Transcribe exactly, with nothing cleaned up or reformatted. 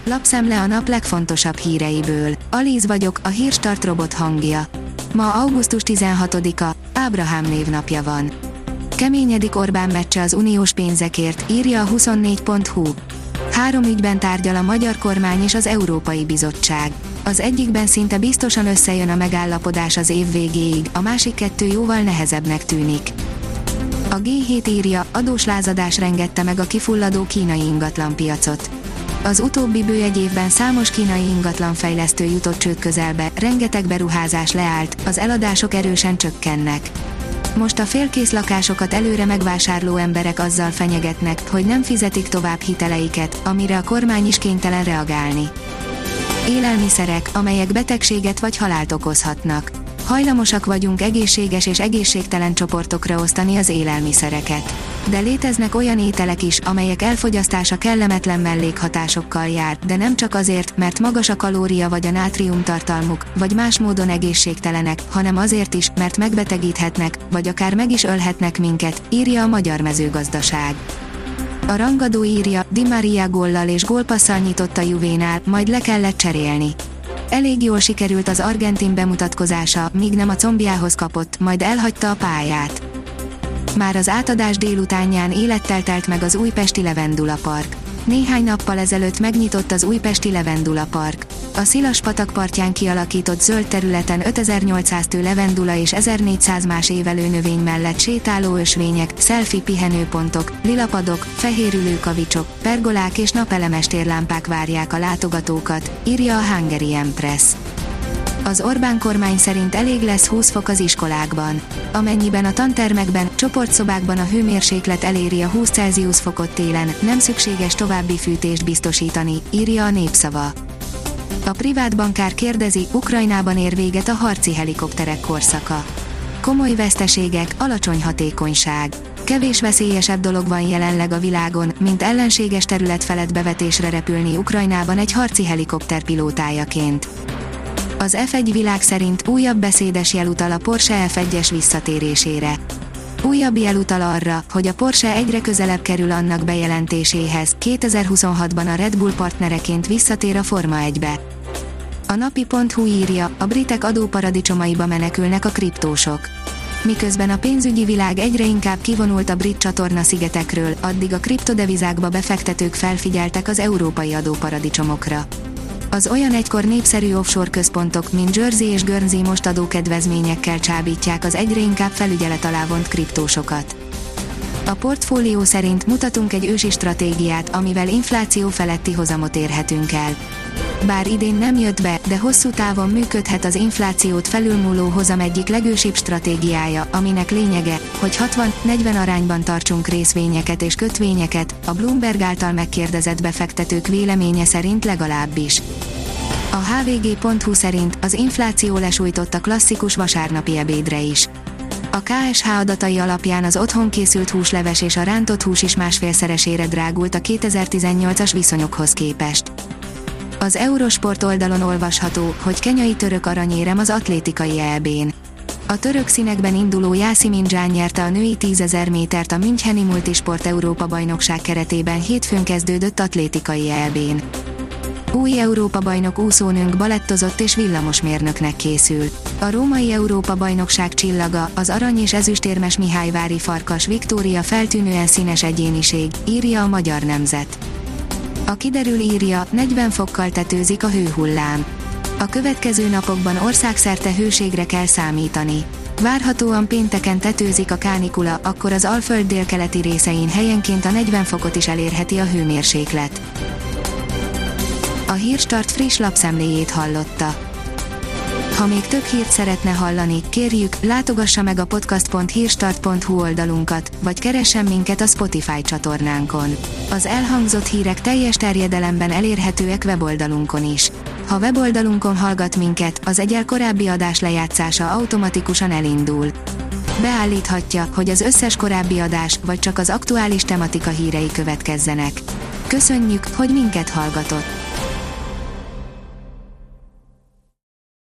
Lapszemle a nap legfontosabb híreiből. Alíz vagyok, a Hírstart robot hangja. Ma augusztus tizenhatodika, Ábrahám névnapja van. Keményedik Orbán meccse az uniós pénzekért, írja a huszonnégy pont hu. Három ügyben tárgyal a magyar kormány és az Európai Bizottság. Az egyikben szinte biztosan összejön a megállapodás az év végéig, a másik kettő jóval nehezebbnek tűnik. A gé hét írja, adóslázadás rengette meg a kifulladó kínai ingatlanpiacot. Az utóbbi bő egy évben számos kínai ingatlanfejlesztő jutott csőd közelbe, rengeteg beruházás leállt, az eladások erősen csökkennek. Most a félkész lakásokat előre megvásárló emberek azzal fenyegetnek, hogy nem fizetik tovább hiteleiket, amire a kormány is kénytelen reagálni. Élelmiszerek, amelyek betegséget vagy halált okozhatnak. Hajlamosak vagyunk egészséges és egészségtelen csoportokra osztani az élelmiszereket. De léteznek olyan ételek is, amelyek elfogyasztása kellemetlen mellékhatásokkal jár, de nem csak azért, mert magas a kalória vagy a nátriumtartalmuk, vagy más módon egészségtelenek, hanem azért is, mert megbetegíthetnek, vagy akár meg is ölhetnek minket, írja a Magyar Mezőgazdaság. A rangadó írja, Di Maria góllal és gólpasszal nyitott a Juvénál, majd le kellett cserélni. Elég jól sikerült az argentin bemutatkozása, míg nem a combjához kapott, majd elhagyta a pályát. Már az átadás délutánján élettel telt meg az újpesti Levendula Park. Néhány nappal ezelőtt megnyitott az újpesti Levendula Park. A Szilas-patak partján kialakított zöld területen ötezer-nyolcszáz tő levendula és ezernégyszáz más évelő növény mellett sétáló ösvények, selfie pihenőpontok, lilapadok, fehérülő kavicsok, pergolák és napelemes térlámpák várják a látogatókat, írja a Hungary Empress. Az Orbán kormány szerint elég lesz húsz fok az iskolákban. Amennyiben a tantermekben, csoportszobákban a hőmérséklet eléri a húsz Celsius fokot télen, nem szükséges további fűtést biztosítani, írja a Népszava. A privát bankár kérdezi, Ukrajnában ér véget a harci helikopterek korszaka. Komoly veszteségek, alacsony hatékonyság. Kevés veszélyesebb dolog van jelenleg a világon, mint ellenséges terület felett bevetésre repülni Ukrajnában egy harci helikopter pilótájaként. Az ef egy világ szerint újabb beszédes jel utal a Porsche ef egyes visszatérésére. Újabb jel utal arra, hogy a Porsche egyre közelebb kerül annak bejelentéséhez, kétezer-huszonhatban a Red Bull partnereként visszatér a Forma egybe. A napi pont hu írja, a britek adóparadicsomaiba menekülnek a kriptósok. Miközben a pénzügyi világ egyre inkább kivonult a brit csatorna szigetekről, addig a kriptodevizákba befektetők felfigyeltek az európai adóparadicsomokra. Az olyan egykor népszerű offshore központok, mint Jersey és Guernsey most adókedvezményekkel csábítják az egyre inkább felügyelet alá vont kriptósokat. A portfólió szerint mutatunk egy ősi stratégiát, amivel infláció feletti hozamot érhetünk el. Bár idén nem jött be, de hosszú távon működhet az inflációt felülmúló hozam egyik legősibb stratégiája, aminek lényege, hogy hatvan-negyven arányban tartsunk részvényeket és kötvényeket, a Bloomberg által megkérdezett befektetők véleménye szerint legalábbis. A há vé gé pont hu szerint az infláció lesújtott a klasszikus vasárnapi ebédre is. A ká es há adatai alapján az otthon készült húsleves és a rántott hús is másfélszeresére drágult a kétezer-tizennyolcas viszonyokhoz képest. Az Eurosport oldalon olvasható, hogy kenyai török aranyérem az atlétikai é bén. A török színekben induló Yasemin Can nyerte a női tízezer métert a Müncheni Multisport Európa-bajnokság keretében hétfőn kezdődött atlétikai é bén. Új Európa-bajnok úszónőnk balettozott és villamosmérnöknek készül. A római Európa-bajnokság csillaga, az arany- és ezüstérmes Mihályvári Farkas Viktória feltűnően színes egyéniség, írja a Magyar Nemzet. A kiderül írja, negyven fokkal tetőzik a hőhullám. A következő napokban országszerte hőségre kell számítani. Várhatóan pénteken tetőzik a kánikula, akkor az Alföld délkeleti részein helyenként a negyven fokot is elérheti a hőmérséklet. A Hírstart friss lapszemléjét hallotta. Ha még több hírt szeretne hallani, kérjük, látogassa meg a podcast pont hírstart pont hu oldalunkat, vagy keressen minket a Spotify csatornánkon. Az elhangzott hírek teljes terjedelemben elérhetőek weboldalunkon is. Ha weboldalunkon hallgat minket, az egyel korábbi adás lejátszása automatikusan elindul. Beállíthatja, hogy az összes korábbi adás, vagy csak az aktuális tematika hírei következzenek. Köszönjük, hogy minket hallgatott!